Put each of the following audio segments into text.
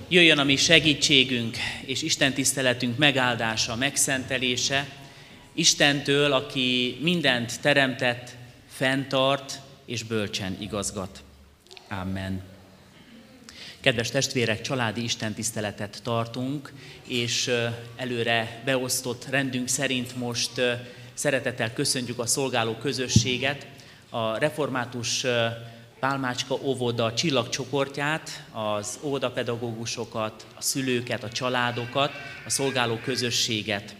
Jöjjön a mi segítségünk és Isten tiszteletünk megáldása, megszentelése Istentől, aki mindent teremtett, fenntart és bölcsen igazgat. Amen. Kedves testvérek, családi istentiszteletet tartunk, és előre beosztott rendünk szerint most szeretettel köszöntjük a szolgáló közösséget, a református Pálmácska óvoda csillagcsoportját, az óvodapedagógusokat, a szülőket, a családokat, a szolgáló közösséget.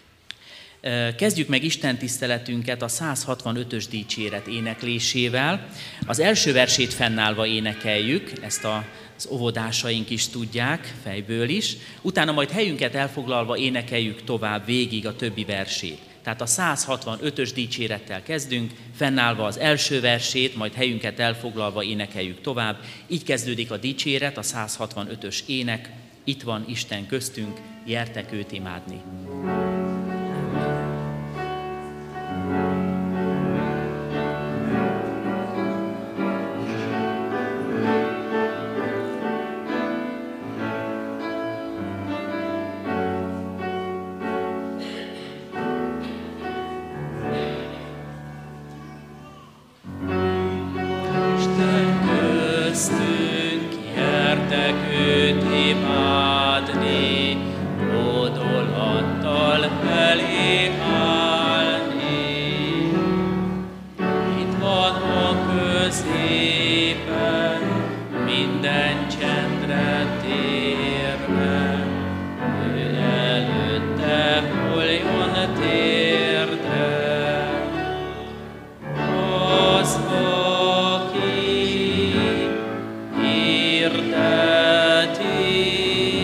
Kezdjük meg istentiszteletünket a 165-ös dicséret éneklésével. Az első versét fennállva énekeljük, ezt az óvodásaink is tudják, fejből is. Utána majd helyünket elfoglalva énekeljük tovább végig a többi versét. Tehát a 165-ös dicsérettel kezdünk, fennállva az első versét, majd helyünket elfoglalva énekeljük tovább. Így kezdődik a dicséret, a 165-ös ének. Itt van Isten köztünk, gyertek őt imádni. Hirdeti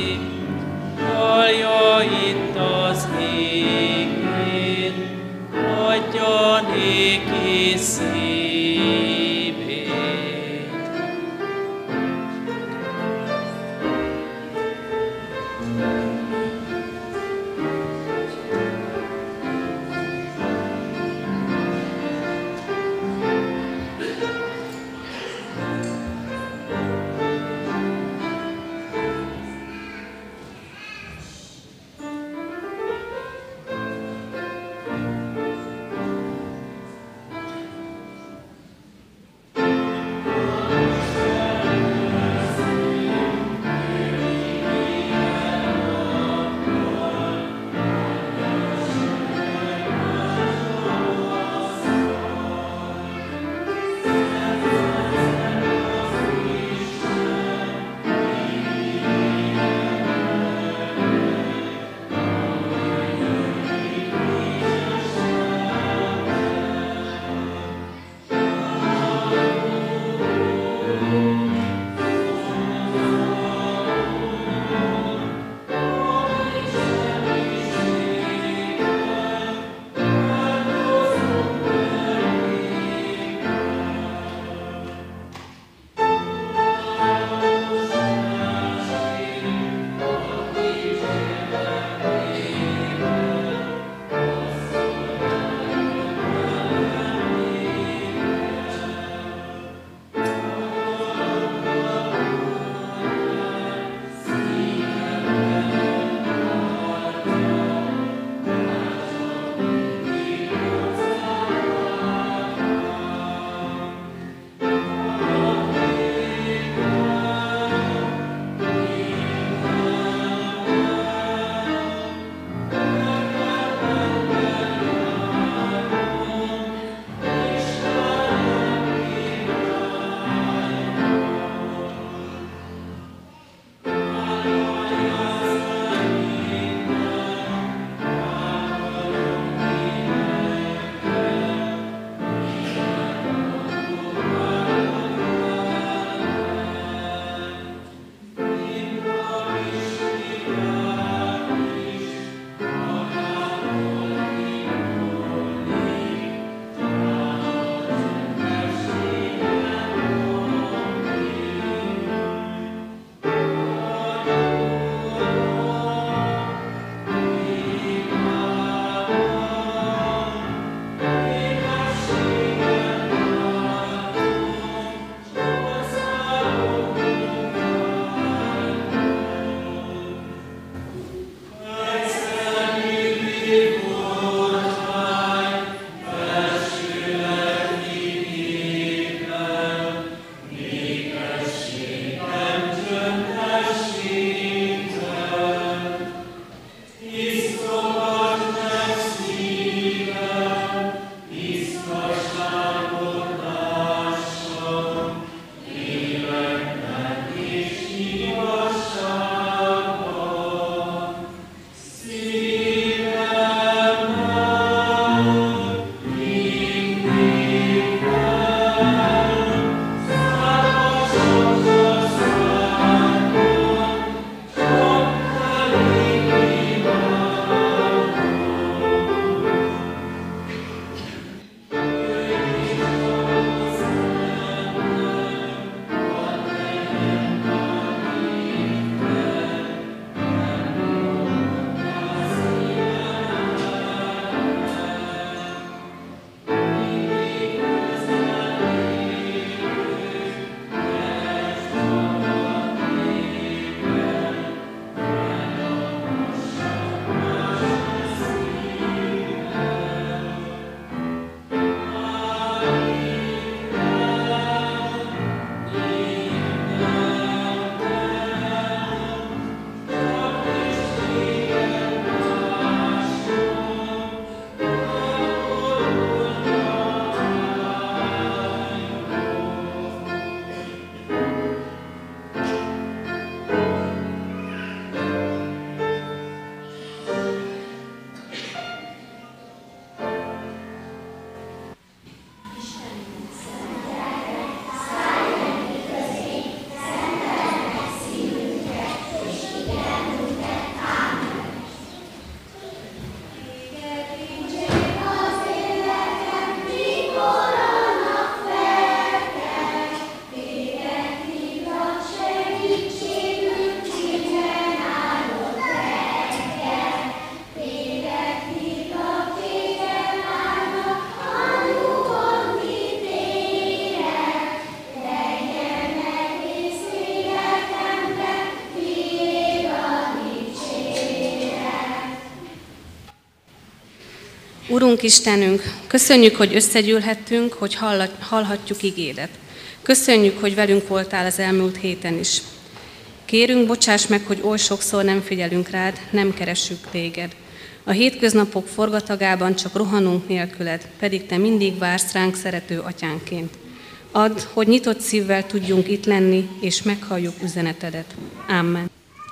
Urunk Istenünk, köszönjük, hogy összegyűlhettünk, hogy hallhatjuk igédet. Köszönjük, hogy velünk voltál az elmúlt héten is. Kérünk, bocsáss meg, hogy oly sokszor nem figyelünk rád, nem keressük téged. A hétköznapok forgatagában csak rohanunk nélküled, pedig te mindig vársz ránk szerető atyánként. Add, hogy nyitott szívvel tudjunk itt lenni, és meghalljuk üzenetedet. Amen.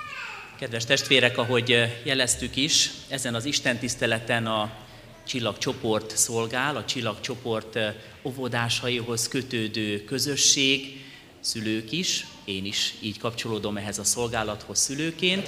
Kedves testvérek, ahogy jeleztük is, ezen az istentiszteleten a csillagcsoport szolgál, a csillagcsoport óvodásaihoz kötődő közösség, szülők is, én is így kapcsolódom ehhez a szolgálathoz szülőként,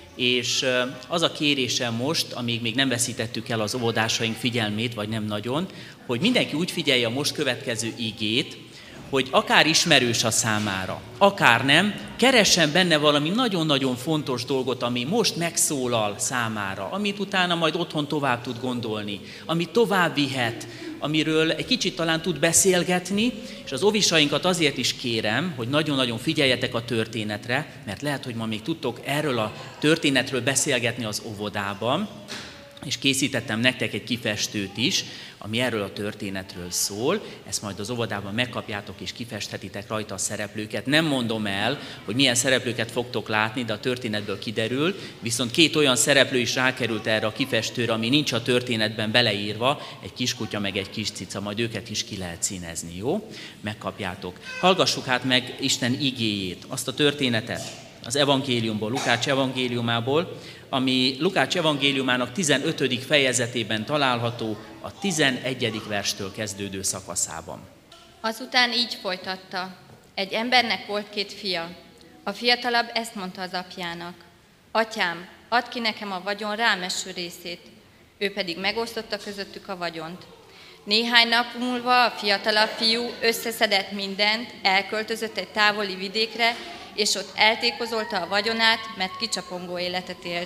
és az a kérésem most, amíg még nem veszítettük el az óvodásaink figyelmét, vagy nem nagyon, hogy mindenki úgy figyelje a most következő igét, hogy akár ismerős a számára, akár nem, keressen benne valami nagyon-nagyon fontos dolgot, ami most megszólal számára, amit utána majd otthon tovább tud gondolni, amit tovább vihet, amiről egy kicsit talán tud beszélgetni, és az óvisainkat azért is kérem, hogy nagyon-nagyon figyeljetek a történetre, mert lehet, hogy ma még tudtok erről a történetről beszélgetni az óvodában, és készítettem nektek egy kifestőt is, ami erről a történetről szól. Ezt majd az óvodában megkapjátok, és kifesthetitek rajta a szereplőket. Nem mondom el, hogy milyen szereplőket fogtok látni, de a történetből kiderül, viszont 2 olyan szereplő is rákerült erre a kifestőre, ami nincs a történetben beleírva, egy kiskutya meg egy kis cica, majd őket is ki lehet színezni, jó? Megkapjátok. Hallgassuk hát meg Isten igéjét, azt a történetet az evangéliumból, Lukács evangéliumából, ami Lukács evangéliumának 15. fejezetében található, a 11. verstől kezdődő szakaszában. Azután így folytatta. Egy embernek volt 2 fia. A fiatalabb ezt mondta az apjának. Atyám, add ki nekem a vagyon rám eső részét. Ő pedig megosztotta közöttük a vagyont. Néhány nap múlva a fiatalabb fiú összeszedett mindent, elköltözött egy távoli vidékre, és ott eltékozolta a vagyonát, mert kicsapongó életet élt.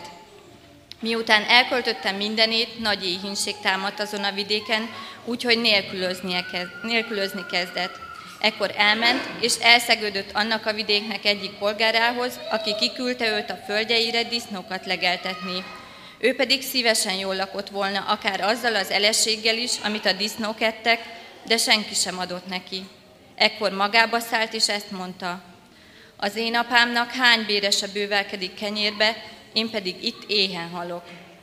Miután elköltötte mindenét, nagy éhínség támadt azon a vidéken, úgyhogy nélkülözni kezdett. Ekkor elment, és elszegődött annak a vidéknek egyik polgárához, aki kiküldte őt a földjeire disznókat legeltetni. Ő pedig szívesen jól lakott volna, akár azzal az elességgel is, amit a disznók ettek, de senki sem adott neki. Ekkor magába szállt, és ezt mondta. Az én apámnak hány bérese bővelkedik kenyérbe, én pedig itt éhen halok.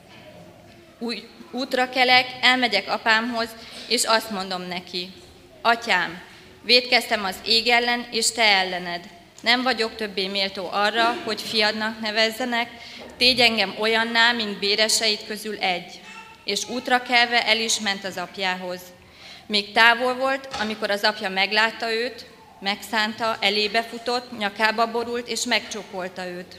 Útra kelek, elmegyek apámhoz, és azt mondom neki. Atyám, vétkeztem az ég ellen, és te ellened. Nem vagyok többé méltó arra, hogy fiadnak nevezzenek, tégy engem olyanná, mint béreseid közül egy. És útra kelve el is ment az apjához. Még távol volt, amikor az apja meglátta őt, megszánta, elébe futott, nyakába borult, és megcsókolta őt.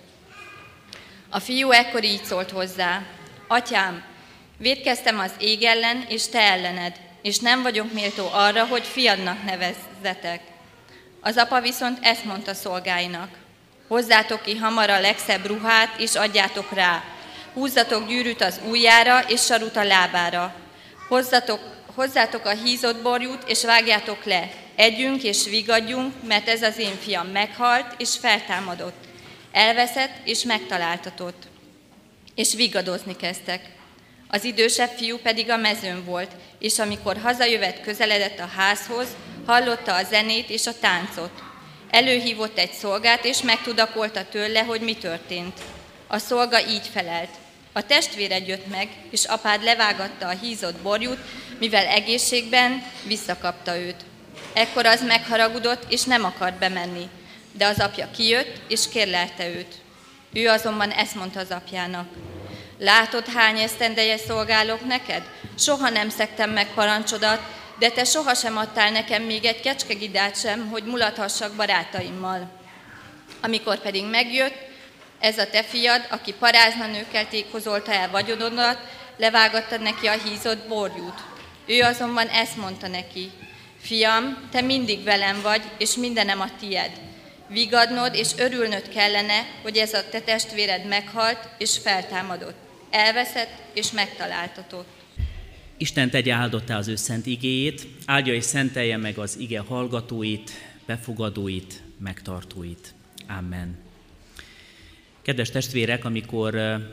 A fiú ekkor így szólt hozzá. Atyám, vétkeztem az ég ellen, és te ellened, és nem vagyok méltó arra, hogy fiadnak nevezzetek. Az apa viszont ezt mondta szolgáinak. Hozzátok ki hamar a legszebb ruhát, és adjátok rá. Húzzatok gyűrűt az ujjára, és sarut a lábára. Hozzátok a hízott borjút, és vágjátok le. Együnk és vigadjunk, mert ez az én fiam meghalt, és feltámadott. Elveszett, és megtaláltatott. És vigadozni kezdtek. Az idősebb fiú pedig a mezőn volt, és amikor hazajövet közeledett a házhoz, hallotta a zenét és a táncot. Előhívott egy szolgát, és megtudakolta tőle, hogy mi történt. A szolga így felelt. A testvéred jött meg, és apád levágatta a hízott borjút, mivel egészségben visszakapta őt. Ekkor az megharagudott, és nem akart bemenni. De az apja kijött, és kérlelte őt. Ő azonban ezt mondta az apjának. Látod, hány esztendeje szolgálok neked? Soha nem szegtem meg parancsodat, de te sohasem adtál nekem még egy kecskegidát sem, hogy mulathassak barátaimmal. Amikor pedig megjött, ez a te fiad, aki parázna nőkkel tékozolta el vagyonodat, levágatta neki a hízott borjút. Ő azonban ezt mondta neki. Fiam, te mindig velem vagy, és mindenem a tied. Vigadnod és örülnöd kellene, hogy ez a te testvéred meghalt és feltámadott. Elveszett és megtaláltatott. Isten tegye áldottá az ő szent igéjét, áldja és szentelje meg az ige hallgatóit, befogadóit, megtartóit. Amen. Kedves testvérek, amikor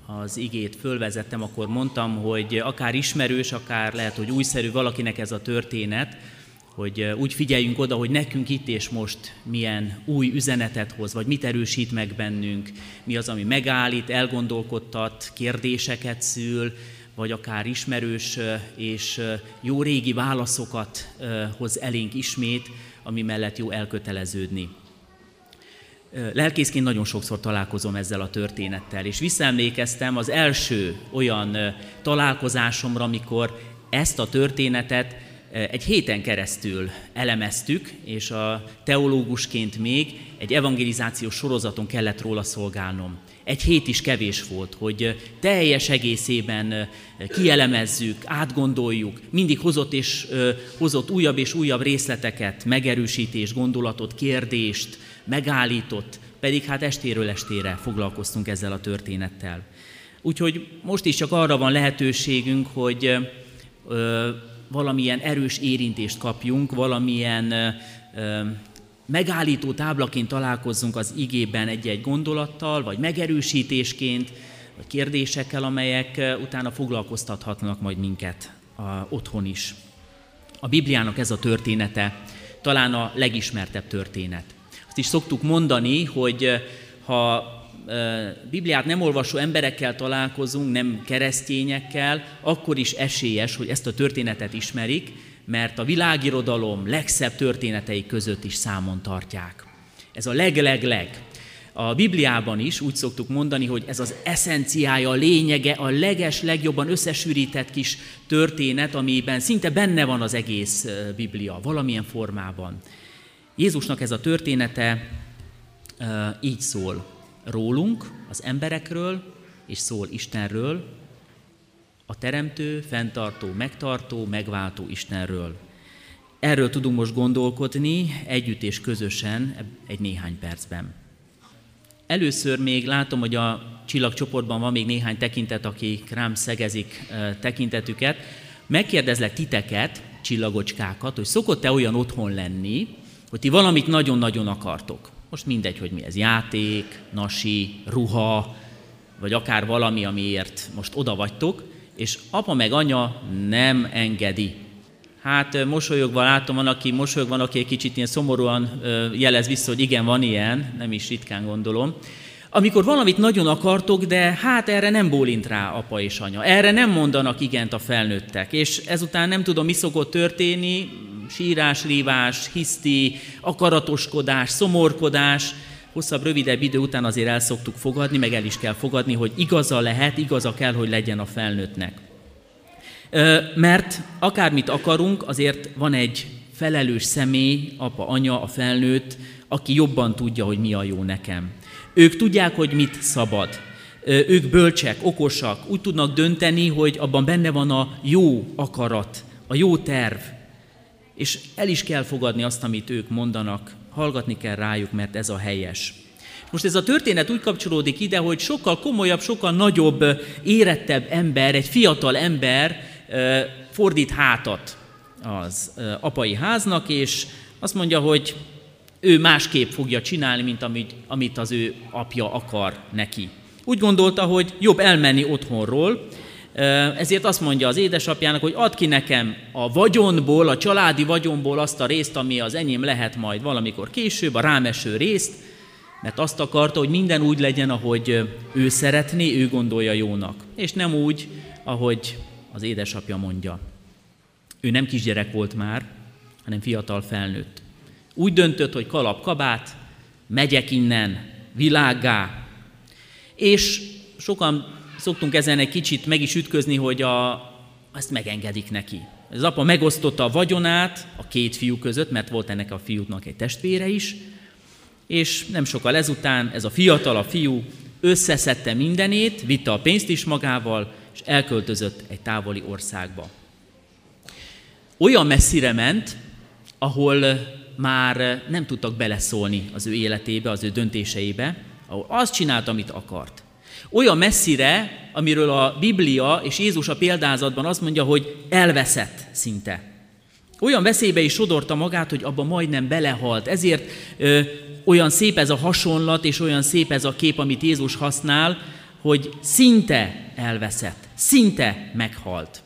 az igét fölvezettem, akkor mondtam, hogy akár ismerős, akár lehet, hogy újszerű valakinek ez a történet, hogy úgy figyeljünk oda, hogy nekünk itt és most milyen új üzenetet hoz, vagy mit erősít meg bennünk, mi az, ami megállít, elgondolkodtat, kérdéseket szül, vagy akár ismerős és jó régi válaszokat hoz elénk ismét, ami mellett jó elköteleződni. Lelkészként nagyon sokszor találkozom ezzel a történettel, és visszaemlékeztem az első olyan találkozásomra, amikor ezt a történetet egy héten keresztül elemeztük, és a teológusként még egy evangelizációs sorozaton kellett róla szolgálnom. Egy hét is kevés volt, hogy teljes egészében kielemezzük, átgondoljuk, mindig hozott újabb és újabb részleteket, megerősítést, gondolatot, kérdést, megállított, pedig hát estéről estére foglalkoztunk ezzel a történettel. Úgyhogy most is csak arra van lehetőségünk, hogy valamilyen erős érintést kapjunk, valamilyen megállító táblaként találkozzunk az igében egy-egy gondolattal, vagy megerősítésként, vagy kérdésekkel, amelyek utána foglalkoztathatnak majd minket otthon is. A Bibliának ez a története talán a legismertebb történet. Azt is szoktuk mondani, hogy ha Bibliát nem olvasó emberekkel találkozunk, nem keresztényekkel, akkor is esélyes, hogy ezt a történetet ismerik, mert a világirodalom legszebb történetei között is számon tartják. Ez a leg. A Bibliában is úgy szoktuk mondani, hogy ez az eszenciája, a lényege, a legjobban összesűrített kis történet, amiben szinte benne van az egész Biblia, valamilyen formában. Jézusnak ez a története így szól rólunk, az emberekről, és szól Istenről, a teremtő, fenntartó, megtartó, megváltó Istenről. Erről tudunk most gondolkodni együtt és közösen egy néhány percben. Először még látom, hogy a csillagcsoportban van még néhány tekintet, akik rám szegezik tekintetüket. Megkérdezlek titeket, csillagocskákat, hogy szokott-e olyan otthon lenni, hogy ti valamit nagyon-nagyon akartok. Most mindegy, hogy mi ez, játék, nasi, ruha, vagy akár valami, amiért most oda vagytok, és apa meg anya nem engedi. Hát mosolyogva látom, van, aki egy kicsit ilyen szomorúan jelez vissza, hogy igen, van ilyen, nem is ritkán gondolom. Amikor valamit nagyon akartok, de hát erre nem bólint rá apa és anya, erre nem mondanak igent a felnőttek, és ezután nem tudom, mi szokott történni, sírás, rívás, hiszti, akaratoskodás, szomorkodás, hosszabb, rövidebb idő után azért el szoktuk fogadni, meg el is kell fogadni, hogy igaza kell, hogy legyen a felnőttnek. Mert akármit akarunk, azért van egy felelős személy, apa, anya, a felnőtt, aki jobban tudja, hogy mi a jó nekem. Ők tudják, hogy mit szabad. Ők bölcsek, okosak, úgy tudnak dönteni, hogy abban benne van a jó akarat, a jó terv. És el is kell fogadni azt, amit ők mondanak, hallgatni kell rájuk, mert ez a helyes. Most ez a történet úgy kapcsolódik ide, hogy sokkal komolyabb, sokkal nagyobb, érettebb ember, egy fiatal ember fordít hátat az apai háznak, és azt mondja, hogy ő másképp fogja csinálni, mint amit az ő apja akar neki. Úgy gondolta, hogy jobb elmenni otthonról, ezért azt mondja az édesapjának, hogy add ki nekem a vagyonból, a családi vagyonból azt a részt, ami az enyém lehet majd valamikor később, a rám eső részt, mert azt akarta, hogy minden úgy legyen, ahogy ő szeretné, ő gondolja jónak, és nem úgy, ahogy az édesapja mondja. Ő nem kisgyerek volt már, hanem fiatal felnőtt. Úgy döntött, hogy kalap kabát, megyek innen, világgá. És sokan szoktunk ezen egy kicsit meg is ütközni, hogy ezt megengedik neki. Az apa megosztotta a vagyonát a két fiú között, mert volt ennek a fiúnak egy testvére is, és nem sokkal ezután ez a fiú összeszedte mindenét, vitte a pénzt is magával, és elköltözött egy távoli országba. Olyan messzire ment, ahol már nem tudtak beleszólni az ő életébe, az ő döntéseibe, ahol azt csinált, amit akart. Olyan messzire, amiről a Biblia és Jézus a példázatban azt mondja, hogy elveszett szinte. Olyan veszélybe is sodorta magát, hogy abban majdnem belehalt. Ezért olyan szép ez a hasonlat, és olyan szép ez a kép, amit Jézus használ, hogy szinte elveszett, szinte meghalt.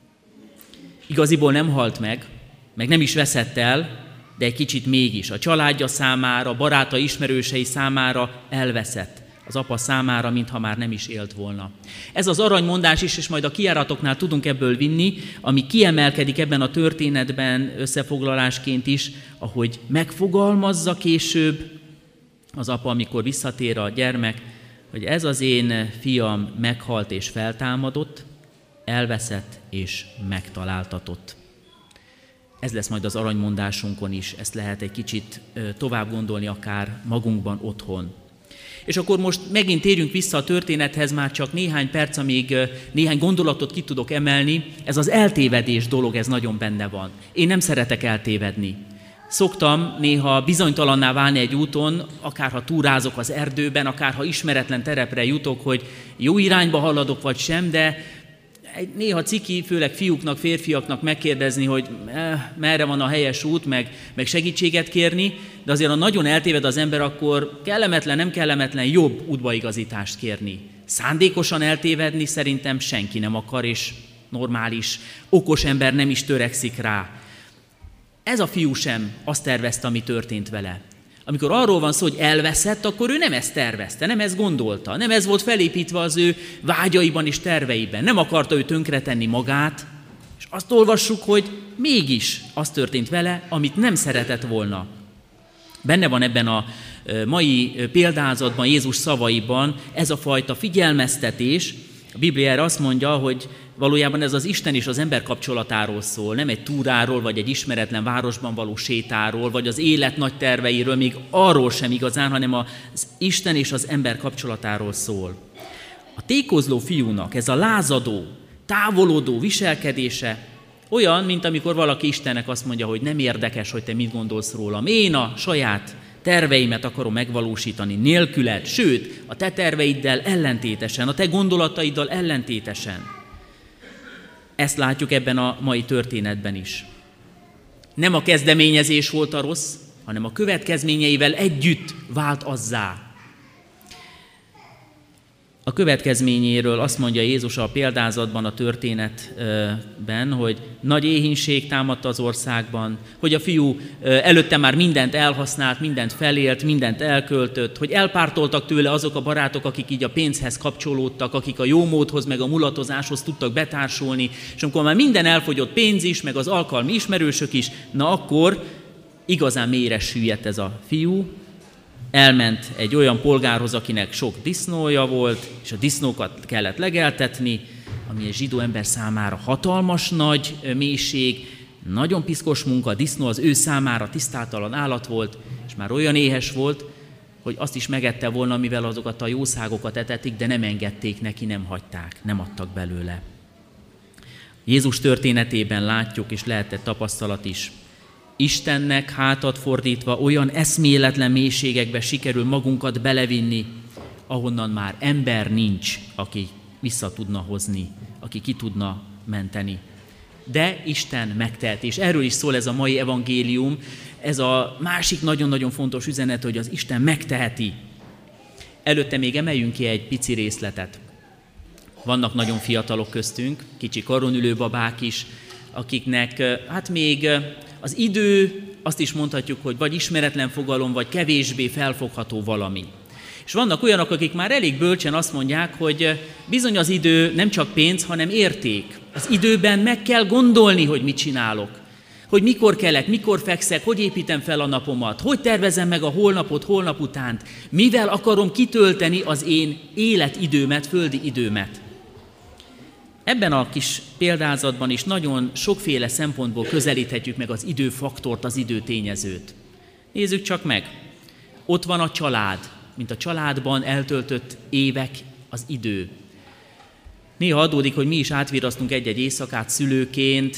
Igaziból nem halt meg nem is veszett el, de egy kicsit mégis. A családja számára, baráta, ismerősei számára elveszett. Az apa számára, mintha már nem is élt volna. Ez az aranymondás is, és majd a kijáratoknál tudunk ebből vinni, ami kiemelkedik ebben a történetben összefoglalásként is, ahogy megfogalmazza később az apa, amikor visszatér a gyermek, hogy ez az én fiam meghalt és feltámadott, elveszett és megtaláltatott. Ez lesz majd az aranymondásunkon is, ezt lehet egy kicsit tovább gondolni akár magunkban otthon. És akkor most megint térjünk vissza a történethez, már csak néhány perc, amíg néhány gondolatot ki tudok emelni. Ez az eltévedés dolog, ez nagyon benne van. Én nem szeretek eltévedni. Szoktam néha bizonytalanná válni egy úton, akárha túrázok az erdőben, akárha ismeretlen terepre jutok, hogy jó irányba haladok vagy sem, de néha ciki, főleg fiúknak, férfiaknak megkérdezni, hogy merre van a helyes út, meg segítséget kérni, de azért, ha nagyon eltéved az ember, akkor kellemetlen, nem kellemetlen, jobb útbaigazítást kérni. Szándékosan eltévedni szerintem senki nem akar, és normális, okos ember nem is törekszik rá. Ez a fiú sem azt tervezte, ami történt vele. Amikor arról van szó, hogy elveszett, akkor ő nem ezt tervezte, nem ezt gondolta, nem ez volt felépítve az ő vágyaiban és terveiben. Nem akarta ő tönkretenni magát, és azt olvassuk, hogy mégis az történt vele, amit nem szeretett volna. Benne van ebben a mai példázatban, Jézus szavaiban ez a fajta figyelmeztetés. A Biblia erre azt mondja, hogy valójában ez az Isten és az ember kapcsolatáról szól, nem egy túráról, vagy egy ismeretlen városban való sétáról, vagy az élet nagy terveiről, még arról sem igazán, hanem az Isten és az ember kapcsolatáról szól. A tékozló fiúnak ez a lázadó, távolodó viselkedése olyan, mint amikor valaki Istennek azt mondja, hogy nem érdekes, hogy te mit gondolsz rólam. Én a saját terveimet akarom megvalósítani nélküled, sőt, a te terveiddel ellentétesen, a te gondolataiddal ellentétesen. Ezt látjuk ebben a mai történetben is. Nem a kezdeményezés volt a rossz, hanem a következményeivel együtt vált azzá. A következményéről azt mondja Jézus a példázatban, a történetben, hogy nagy éhínség támadta az országban, hogy a fiú előtte már mindent elhasznált, mindent felélt, mindent elköltött, hogy elpártoltak tőle azok a barátok, akik így a pénzhez kapcsolódtak, akik a jómódhoz, meg a mulatozáshoz tudtak betársulni, és amikor már minden elfogyott, pénz is, meg az alkalmi ismerősök is, na akkor igazán mélyre süllyedt ez a fiú. Elment egy olyan polgárhoz, akinek sok disznója volt, és a disznókat kellett legeltetni, ami egy zsidó ember számára hatalmas nagy mélység, nagyon piszkos munka, a disznó az ő számára tisztátalan állat volt, és már olyan éhes volt, hogy azt is megette volna, mivel azokat a jószágokat etetik, de nem engedték neki, nem hagyták, nem adtak belőle. Jézus történetében látjuk, és lehet egy tapasztalat is, Istennek hátat fordítva olyan eszméletlen mélységekbe sikerül magunkat belevinni, ahonnan már ember nincs, aki vissza tudna hozni, aki ki tudna menteni. De Isten megteheti, és erről is szól ez a mai evangélium, ez a másik nagyon-nagyon fontos üzenet, hogy az Isten megteheti. Előtte még emeljünk ki egy pici részletet. Vannak nagyon fiatalok köztünk, kicsi karon ülő babák is, akiknek hát még az idő, azt is mondhatjuk, hogy vagy ismeretlen fogalom, vagy kevésbé felfogható valami. És vannak olyanok, akik már elég bölcsen azt mondják, hogy bizony az idő nem csak pénz, hanem érték. Az időben meg kell gondolni, hogy mit csinálok. Hogy mikor kelek, mikor fekszek, hogy építem fel a napomat, hogy tervezem meg a holnapot, holnap utánt, mivel akarom kitölteni az én életidőmet, földi időmet. Ebben a kis példázatban is nagyon sokféle szempontból közelíthetjük meg az időfaktort, az időtényezőt. Nézzük csak meg. Ott van a család, mint a családban eltöltött évek, az idő. Néha adódik, hogy mi is átvirasztunk egy-egy éjszakát szülőként,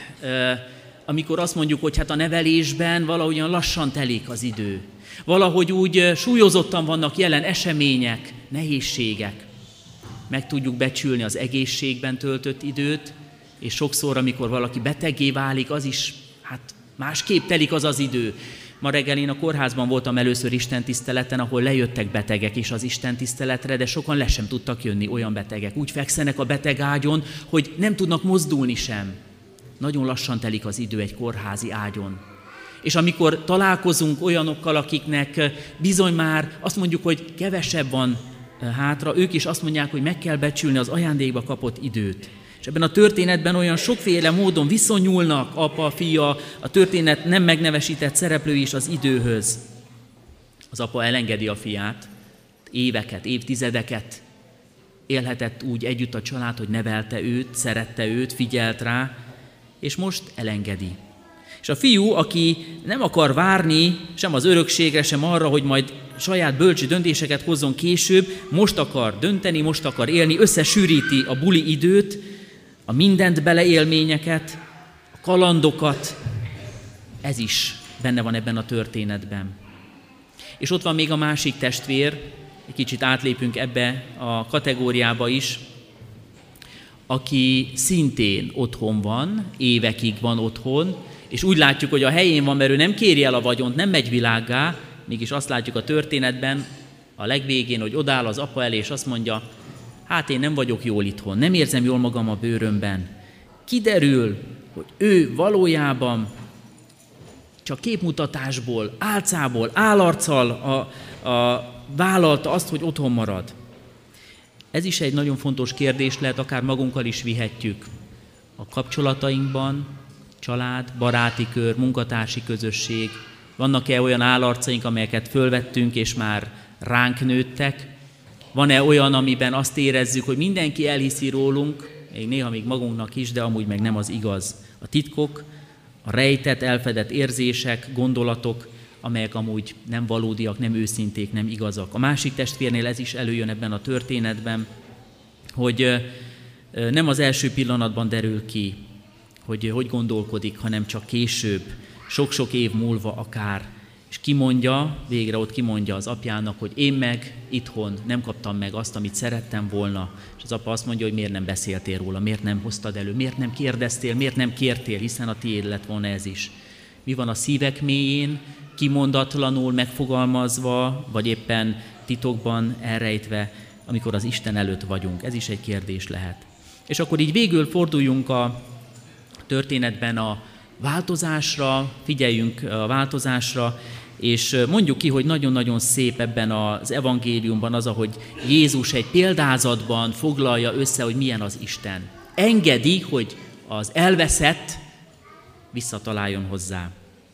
amikor azt mondjuk, hogy hát a nevelésben valahogyan lassan telik az idő. Valahogy úgy súlyozottan vannak jelen események, nehézségek. Meg tudjuk becsülni az egészségben töltött időt, és sokszor, amikor valaki beteggé válik, az is, hát másképp telik az az idő. Ma reggel én a kórházban voltam először istentiszteleten, ahol lejöttek betegek is az istentiszteletre, de sokan le sem tudtak jönni, olyan betegek. Úgy fekszenek a betegágyon, hogy nem tudnak mozdulni sem. Nagyon lassan telik az idő egy kórházi ágyon. És amikor találkozunk olyanokkal, akiknek bizony már azt mondjuk, hogy kevesebb van hátra, ők is azt mondják, hogy meg kell becsülni az ajándékba kapott időt. És ebben a történetben olyan sokféle módon viszonyulnak apa, fia, a történet nem megnevesített szereplői is az időhöz. Az apa elengedi a fiát, éveket, évtizedeket élhetett úgy együtt a család, hogy nevelte őt, szerette őt, figyelt rá, és most elengedi. És a fiú, aki nem akar várni sem az örökségre, sem arra, hogy majd saját bölcsi döntéseket hozzon később, most akar dönteni, most akar élni, összesűríti a buli időt, a mindent beleélményeket, a kalandokat, ez is benne van ebben a történetben. És ott van még a másik testvér, egy kicsit átlépünk ebbe a kategóriába is, aki szintén otthon van, évekig van otthon, és úgy látjuk, hogy a helyén van, mert ő nem kéri el a vagyont, nem megy világgá, mégis azt látjuk a történetben, a legvégén, hogy odáll az apa elé, és azt mondja, hát én nem vagyok jól itthon, nem érzem jól magam a bőrömben. Kiderül, hogy ő valójában csak képmutatásból, álcából, állarccal vállalta azt, hogy otthon marad. Ez is egy nagyon fontos kérdés lehet, akár magunkkal is vihetjük. A kapcsolatainkban, család, baráti kör, munkatársi közösség, vannak-e olyan állarcaink, amelyeket fölvettünk, és már ránk nőttek? Van-e olyan, amiben azt érezzük, hogy mindenki elhiszi rólunk, még néha még magunknak is, de amúgy meg nem az igaz. A titkok, a rejtett, elfedett érzések, gondolatok, amelyek amúgy nem valódiak, nem őszinték, nem igazak. A másik testvérnél ez is előjön ebben a történetben, hogy nem az első pillanatban derül ki, hogy gondolkodik, hanem csak később, sok-sok év múlva akár. És kimondja, végre ott kimondja az apjának, hogy én meg itthon nem kaptam meg azt, amit szerettem volna. És az apa azt mondja, hogy miért nem beszéltél róla, miért nem hoztad elő, miért nem kérdeztél, miért nem kértél, hiszen a tiéd lett volna ez is. Mi van a szívek mélyén, kimondatlanul megfogalmazva, vagy éppen titokban elrejtve, amikor az Isten előtt vagyunk. Ez is egy kérdés lehet. És akkor így végül forduljunk a történetben a változásra, figyeljünk a változásra, és mondjuk ki, hogy nagyon-nagyon szép ebben az evangéliumban az, ahogy Jézus egy példázatban foglalja össze, hogy milyen az Isten. Engedi, hogy az elveszett visszataláljon hozzá.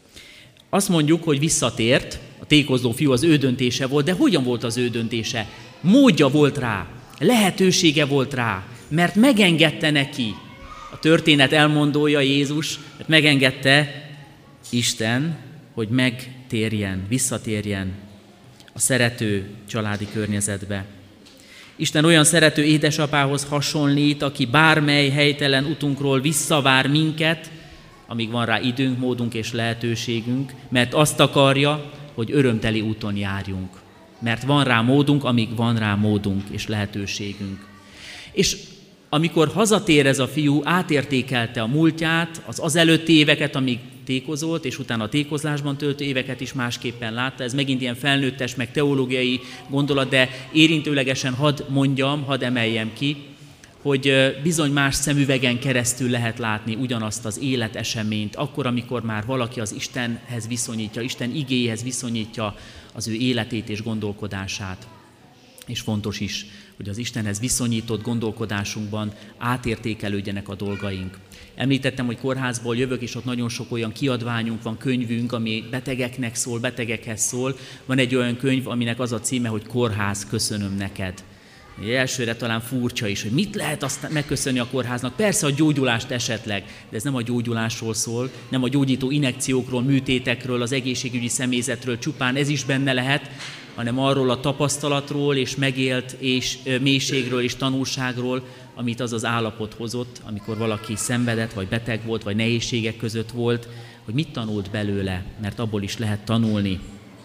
Azt mondjuk, hogy visszatért, a tékozló fiú az ő döntése volt, de hogyan volt az ő döntése? Módja volt rá, lehetősége volt rá, mert megengedte neki. A történet elmondója Jézus, mert megengedte Isten, hogy megtérjen, visszatérjen a szerető családi környezetbe. Isten olyan szerető édesapához hasonlít, aki bármely helytelen utunkról visszavár minket, amíg van rá időnk, módunk és lehetőségünk, mert azt akarja, hogy örömteli úton járjunk. Mert van rá módunk, amíg van rá módunk és lehetőségünk. És amikor hazatér ez a fiú, átértékelte a múltját, az előtti éveket, amíg tékozolt, és utána a tékozlásban töltő éveket is másképpen látta. Ez megint ilyen felnőttes, meg teológiai gondolat, de érintőlegesen hadd emeljem ki, hogy bizony más szemüvegen keresztül lehet látni ugyanazt az életeseményt, akkor, amikor már valaki az Istenhez viszonyítja, Isten igéhez viszonyítja az ő életét és gondolkodását. És fontos is, hogy az Istenhez viszonyított gondolkodásunkban átértékelődjenek a dolgaink. Említettem, hogy kórházból jövök, és ott nagyon sok olyan kiadványunk van, könyvünk, ami betegeknek szól, betegekhez szól. Van egy olyan könyv, aminek az a címe, hogy Kórház, köszönöm neked. Elsőre talán furcsa is, hogy mit lehet azt megköszönni a kórháznak. Persze a gyógyulást esetleg, de ez nem a gyógyulásról szól, nem a gyógyító injekciókról, műtétekről, az egészségügyi személyzetről csupán ez is benne lehet, hanem arról a tapasztalatról és megélt és mélységről és tanulságról, amit az az állapot hozott, amikor valaki szenvedett, vagy beteg volt, vagy nehézségek között volt, hogy mit tanult belőle, mert abból is lehet tanulni.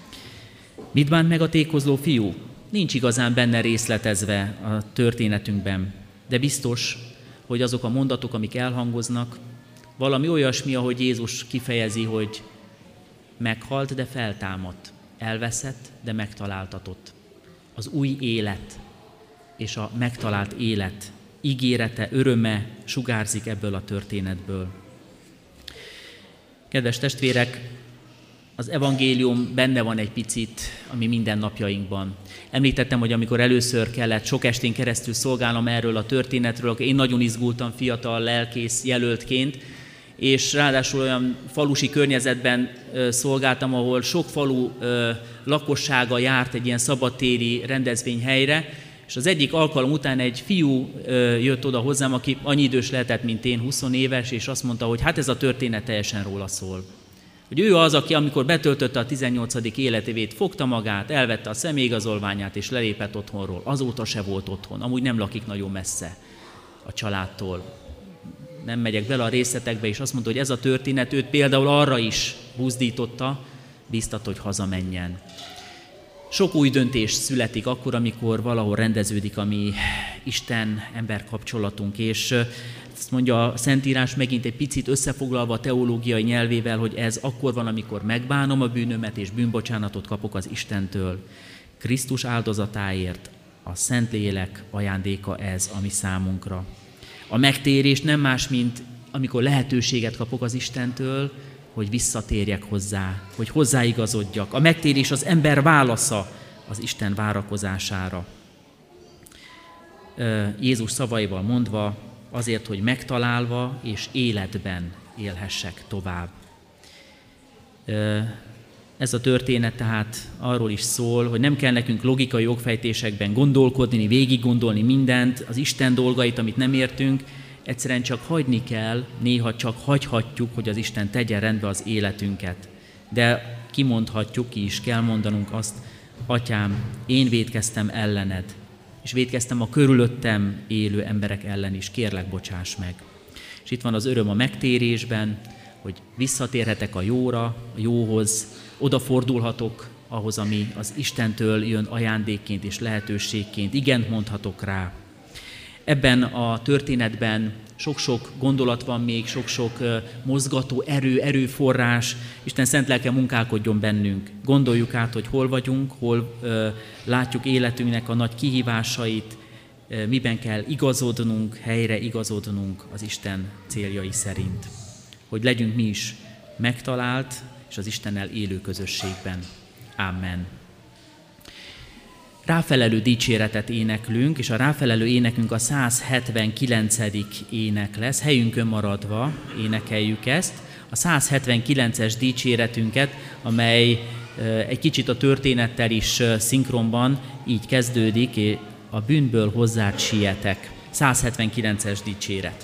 Mit bánt meg a tékozló fiú? Nincs igazán benne részletezve a történetünkben, de biztos, hogy azok a mondatok, amik elhangoznak, valami olyasmi, ahogy Jézus kifejezi, hogy meghalt, de feltámadt, elveszett, de megtaláltatott. Az új élet és a megtalált élet ígérete, öröme sugárzik ebből a történetből. Kedves testvérek, az evangélium benne van egy picit a mi mindennapjainkban. Említettem, hogy amikor először kellett sok estén keresztül szolgálnom erről a történetről, akkor én nagyon izgultam fiatal lelkész jelöltként, és ráadásul olyan falusi környezetben szolgáltam, ahol sok falu lakossága járt egy ilyen szabadtéri rendezvényhelyre, és az egyik alkalom után egy fiú jött oda hozzám, aki annyi idős lehetett, mint én, 20 éves, és azt mondta, hogy hát ez a történet teljesen róla szól. Hogy ő az, aki amikor betöltötte a 18. életévét, fogta magát, elvette a személyigazolványát és lelépett otthonról. Azóta se volt otthon, amúgy nem lakik nagyon messze a családtól. Nem megyek bele a részletekbe, és azt mondta, hogy ez a történet őt például arra is buzdította, bíztat, hogy hazamenjen. Sok új döntés születik akkor, amikor valahol rendeződik a mi Isten-ember kapcsolatunk, és ezt mondja a Szentírás megint egy picit összefoglalva a teológiai nyelvével, hogy ez akkor van, amikor megbánom a bűnömet, és bűnbocsánatot kapok az Istentől. Krisztus áldozatáért a Szentlélek ajándéka ez a mi számunkra. A megtérés nem más, mint amikor lehetőséget kapok az Istentől, hogy visszatérjek hozzá, hogy hozzáigazodjak. A megtérés az ember válasza az Isten várakozására. Jézus szavaival mondva, azért, hogy megtalálva és életben élhessek tovább. Ez a történet tehát arról is szól, hogy nem kell nekünk logikai jogfejtésekben gondolkodni, végig gondolni mindent, az Isten dolgait, amit nem értünk, egyszerűen csak hagyni kell, néha csak hagyhatjuk, hogy az Isten tegye rendbe az életünket. De kimondhatjuk, ki is kell mondanunk azt, Atyám, én vétkeztem ellened, és vétkeztem a körülöttem élő emberek ellen is, kérlek, bocsáss meg. És itt van az öröm a megtérésben, hogy visszatérhetek a jóra, a jóhoz, odafordulhatok ahhoz, ami az Istentől jön ajándékként és lehetőségként, igent mondhatok rá. Ebben a történetben sok-sok gondolat van még, sok-sok mozgató erőforrás. Isten szent lelke munkálkodjon bennünk. Gondoljuk át, hogy hol vagyunk, hol látjuk életünknek a nagy kihívásait, miben kell igazodnunk, helyre igazodnunk az Isten céljai szerint. Hogy legyünk mi is megtalált és az Istennel élő közösségben. Amen. Ráfelelő dicséretet éneklünk, és a ráfelelő énekünk a 179. ének lesz. Helyünkön maradva énekeljük ezt. A 179-es dicséretünket, amely egy kicsit a történettel is szinkronban így kezdődik, a bűnből hozzád sietek. 179-es dicséret.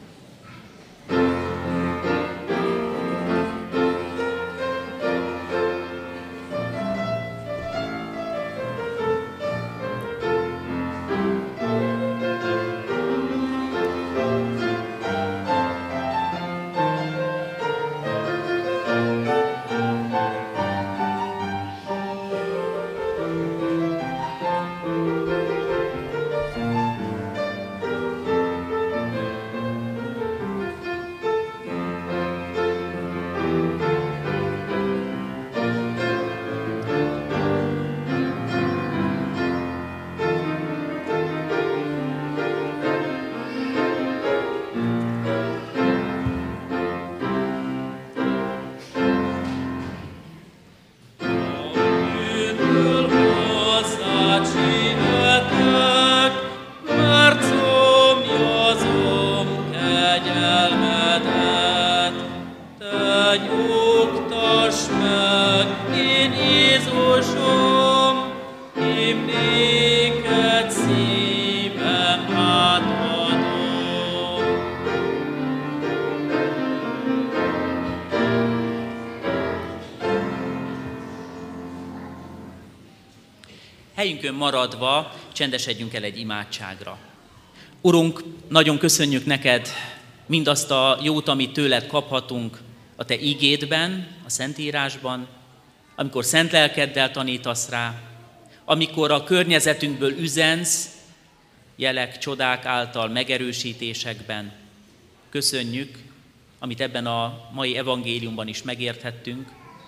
Helyünkön maradva csendesedjünk el egy imádságra. Urunk, nagyon köszönjük neked mindazt a jót, amit tőled kaphatunk a te igédben, a Szentírásban, amikor szent lelkeddel tanítasz rá, amikor a környezetünkből üzensz, jelek, csodák által megerősítésekben. Köszönjük, amit ebben a mai evangéliumban is megérthettünk,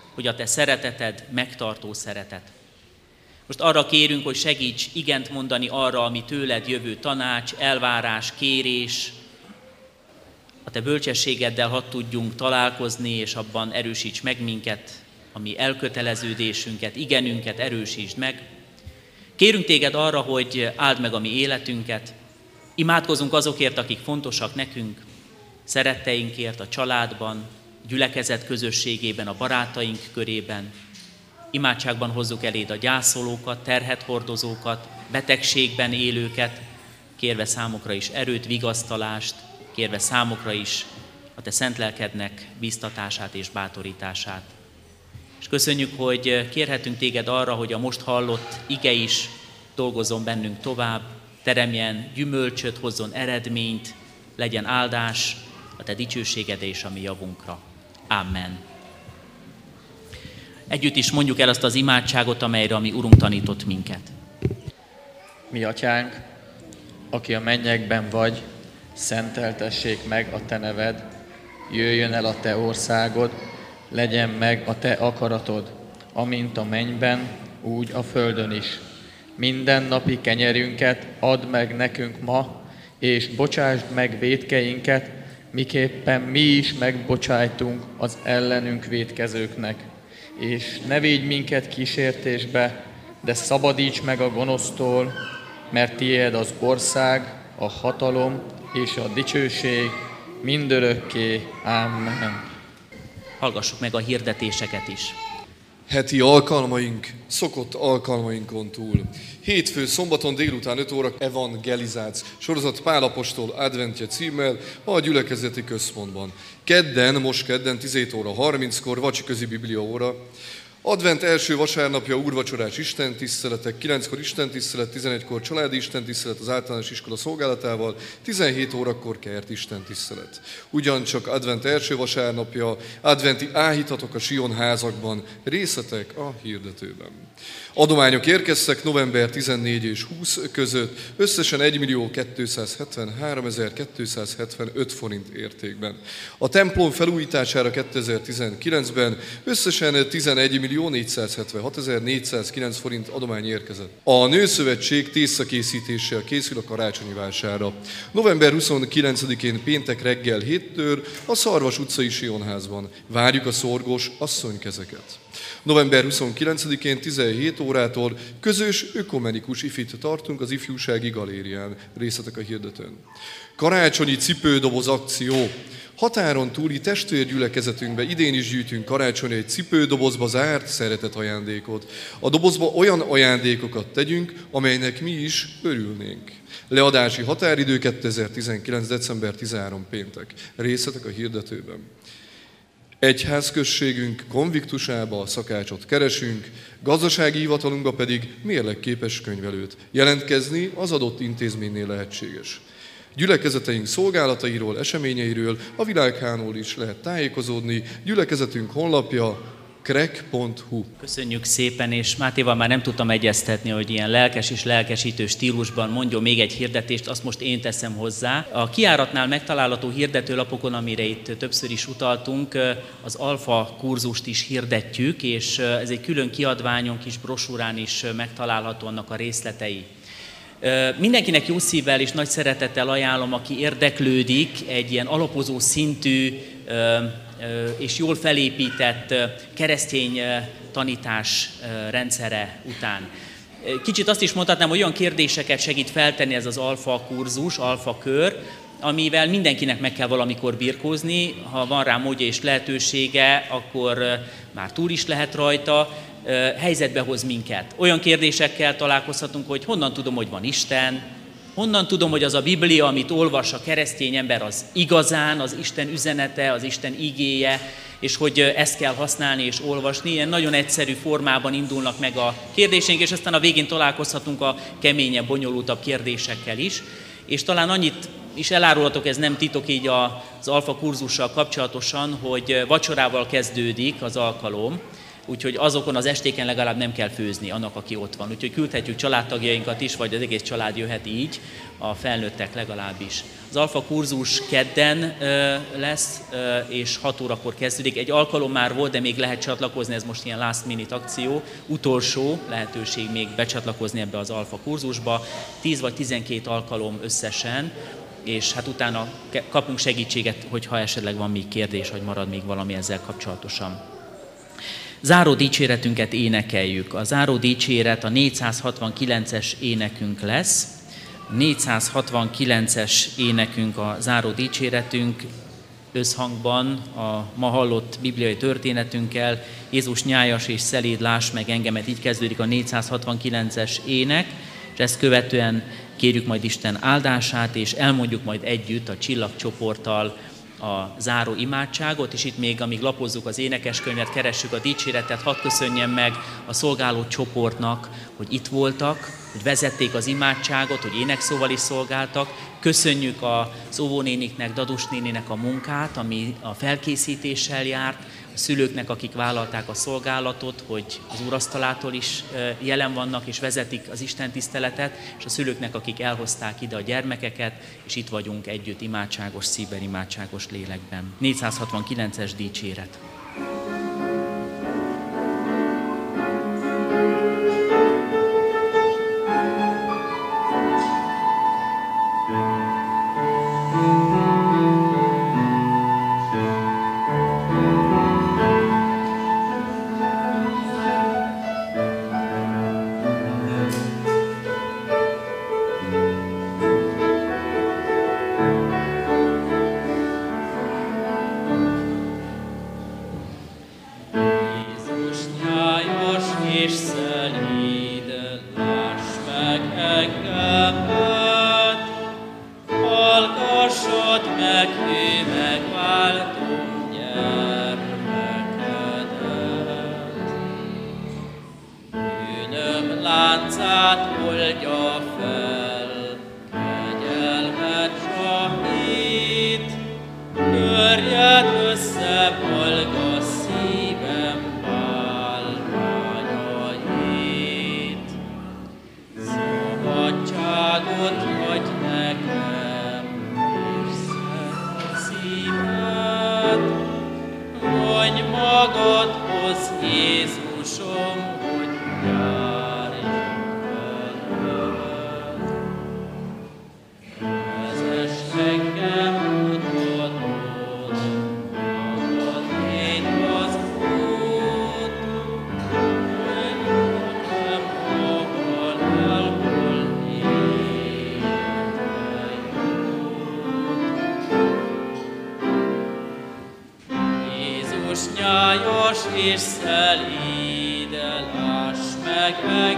hogy a te szereteted megtartó szeretet. Most arra kérünk, hogy segíts igent mondani arra, ami tőled jövő tanács, elvárás, kérés. A te bölcsességeddel hadd tudjunk találkozni, és abban erősíts meg minket, a mi elköteleződésünket, igenünket erősítsd meg. Kérünk téged arra, hogy áld meg a mi életünket. Imádkozunk azokért, akik fontosak nekünk, szeretteinkért a családban, gyülekezet közösségében, a barátaink körében. Imádságban hozzuk eléd a gyászolókat, terhet hordozókat, betegségben élőket, kérve számukra is erőt, vigasztalást, kérve számukra is a te szent lelkednek bíztatását és bátorítását. És köszönjük, hogy kérhetünk téged arra, hogy a most hallott ige is dolgozzon bennünk tovább, teremjen gyümölcsöt, hozzon eredményt, legyen áldás a te dicsőséged és a mi javunkra. Amen. Együtt is mondjuk el azt az imádságot, amelyre a mi Urunk tanított minket. Mi atyánk, aki a mennyekben vagy, szenteltessék meg a te neved, jöjjön el a te országod, legyen meg a te akaratod, amint a mennyben, úgy a földön is. Minden napi kenyerünket add meg nekünk ma, és bocsásd meg vétkeinket, miképpen mi is megbocsájtunk az ellenünk vétkezőknek. És ne védj minket kísértésbe, de szabadíts meg a gonosztól, mert tiéd az ország, a hatalom és a dicsőség mindörökké. Amen. Hallgassuk meg a hirdetéseket is. Heti alkalmaink, szokott alkalmainkon túl. Hétfő, szombaton délután 5 óra evangelizálsz. Sorozat Pál apostol adventje címmel a gyülekezeti központban. Most kedden 17 óra 30-kor vacsiközi biblia óra. Advent első vasárnapja úrvacsorás istentiszteletek, 9-kor istentisztelet, 11-kor családi istentisztelet az általános iskola szolgálatával, 17 órakor kert istentisztelet. Ugyancsak advent első vasárnapja, adventi áhítatok a Sion házakban, részletek a hirdetőben. Adományok érkeztek november 14 és 20 között, összesen 1.273.275 forint értékben. A templom felújítására 2019-ben összesen 11.476.409 forint adomány érkezett. A Nőszövetség tésztakészítéssel készül a karácsonyi vására. November 29-én péntek reggel 7-től a Szarvas utcai Sionházban. Várjuk a szorgos asszonykezeket. November 29-én 17 órától közös ökumenikus ifit tartunk az ifjúsági galérián. Részletek a hirdetőn. Karácsonyi cipődoboz akció. Határon túli testvérgyülekezetünkbe idén is gyűjtünk karácsonyi egy cipődobozba zárt szeretet ajándékot. A dobozba olyan ajándékokat tegyünk, amelynek mi is örülnénk. Leadási határidő 2019. december 13 péntek. Részletek a hirdetőben. Egyházközségünk konviktusába szakácsot keresünk, gazdasági hivatalunkba pedig mérlegképes könyvelőt. Jelentkezni az adott intézménynél lehetséges. Gyülekezeteink szolgálatairól, eseményeiről a világhálón is lehet tájékozódni. Gyülekezetünk honlapja krek.hu. Köszönjük szépen, és Mátéval már nem tudtam egyeztetni, hogy ilyen lelkes és lelkesítő stílusban mondjon még egy hirdetést, azt most én teszem hozzá. A kijáratnál megtalálható hirdetőlapokon, amire itt többször is utaltunk, az Alfa kurzust is hirdetjük, és ez egy külön kiadványon, kis brosúrán is megtalálható annak a részletei. Mindenkinek jó szívvel és nagy szeretettel ajánlom, aki érdeklődik egy ilyen alapozó szintű és jól felépített keresztény tanítás rendszere után. Kicsit azt is mondhatnám, hogy olyan kérdéseket segít feltenni ez az Alfa kurzus, Alfa kör, amivel mindenkinek meg kell valamikor birkózni. Ha van rá módja és lehetősége, akkor már túl is lehet rajta. Helyzetbe hoz minket. Olyan kérdésekkel találkozhatunk, hogy honnan tudom, hogy van Isten, honnan tudom, hogy az a Biblia, amit olvas a keresztény ember, az igazán az Isten üzenete, az Isten igéje, és hogy ezt kell használni és olvasni. Ilyen nagyon egyszerű formában indulnak meg a kérdéseink, és aztán a végén találkozhatunk a keményebb, bonyolultabb kérdésekkel is. És talán annyit is elárulhatok, ez nem titok így az Alfa kurzussal kapcsolatosan, hogy vacsorával kezdődik az alkalom. úgyhogy azokon az estéken legalább nem kell főzni annak, aki ott van. Úgyhogy küldhetjük családtagjainkat is, vagy az egész család jöhet így, a felnőttek legalábbis. Az alfa kurzus kedden lesz, és 6 órakor kezdődik. Egy alkalom már volt, de még lehet csatlakozni, ez most ilyen last minute akció, utolsó lehetőség még becsatlakozni ebbe az alfa kurzusba. 10 vagy 12 alkalom összesen, és hát utána kapunk segítséget, hogyha esetleg van még kérdés, vagy marad még valami ezzel kapcsolatosan. Záró dicséretünket énekeljük. A záró dicséret a 469-es énekünk lesz. 469-es énekünk a záró dicséretünk, összhangban a ma hallott bibliai történetünkkel. Jézus nyájas és szeléd, láss meg engemet, így kezdődik a 469-es ének, és ezt követően kérjük majd Isten áldását, és elmondjuk majd együtt a csillagcsoporttal a záró imádságot, és itt még, amíg lapozzuk az énekeskönyvet, keressük a dicséretet, hadd köszönjem meg a szolgáló csoportnak, hogy itt voltak, hogy vezették az imádságot, hogy énekszóval is szolgáltak. Köszönjük az óvónéniknek, Dadus néninek a munkát, ami a felkészítéssel járt, a szülőknek, akik vállalták a szolgálatot, hogy az úrasztalától is jelen vannak és vezetik az istentiszteletet, és a szülőknek, akik elhozták ide a gyermekeket, és itt vagyunk együtt imádságos szívben, imádságos lélekben. 469-es dicséret. És szelíd, láss meg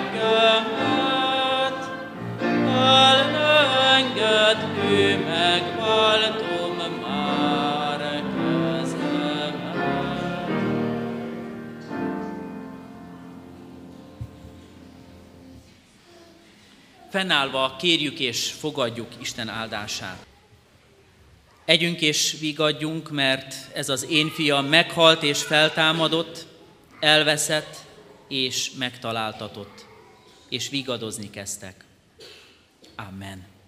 engemet, el ne engedd, ő megváltom már kezemet. Fennállva kérjük és fogadjuk Isten áldását. Együnk és vigadjunk, mert ez az én fiam meghalt és feltámadott, elveszett és megtaláltatott, és vigadozni kezdtek. Amen.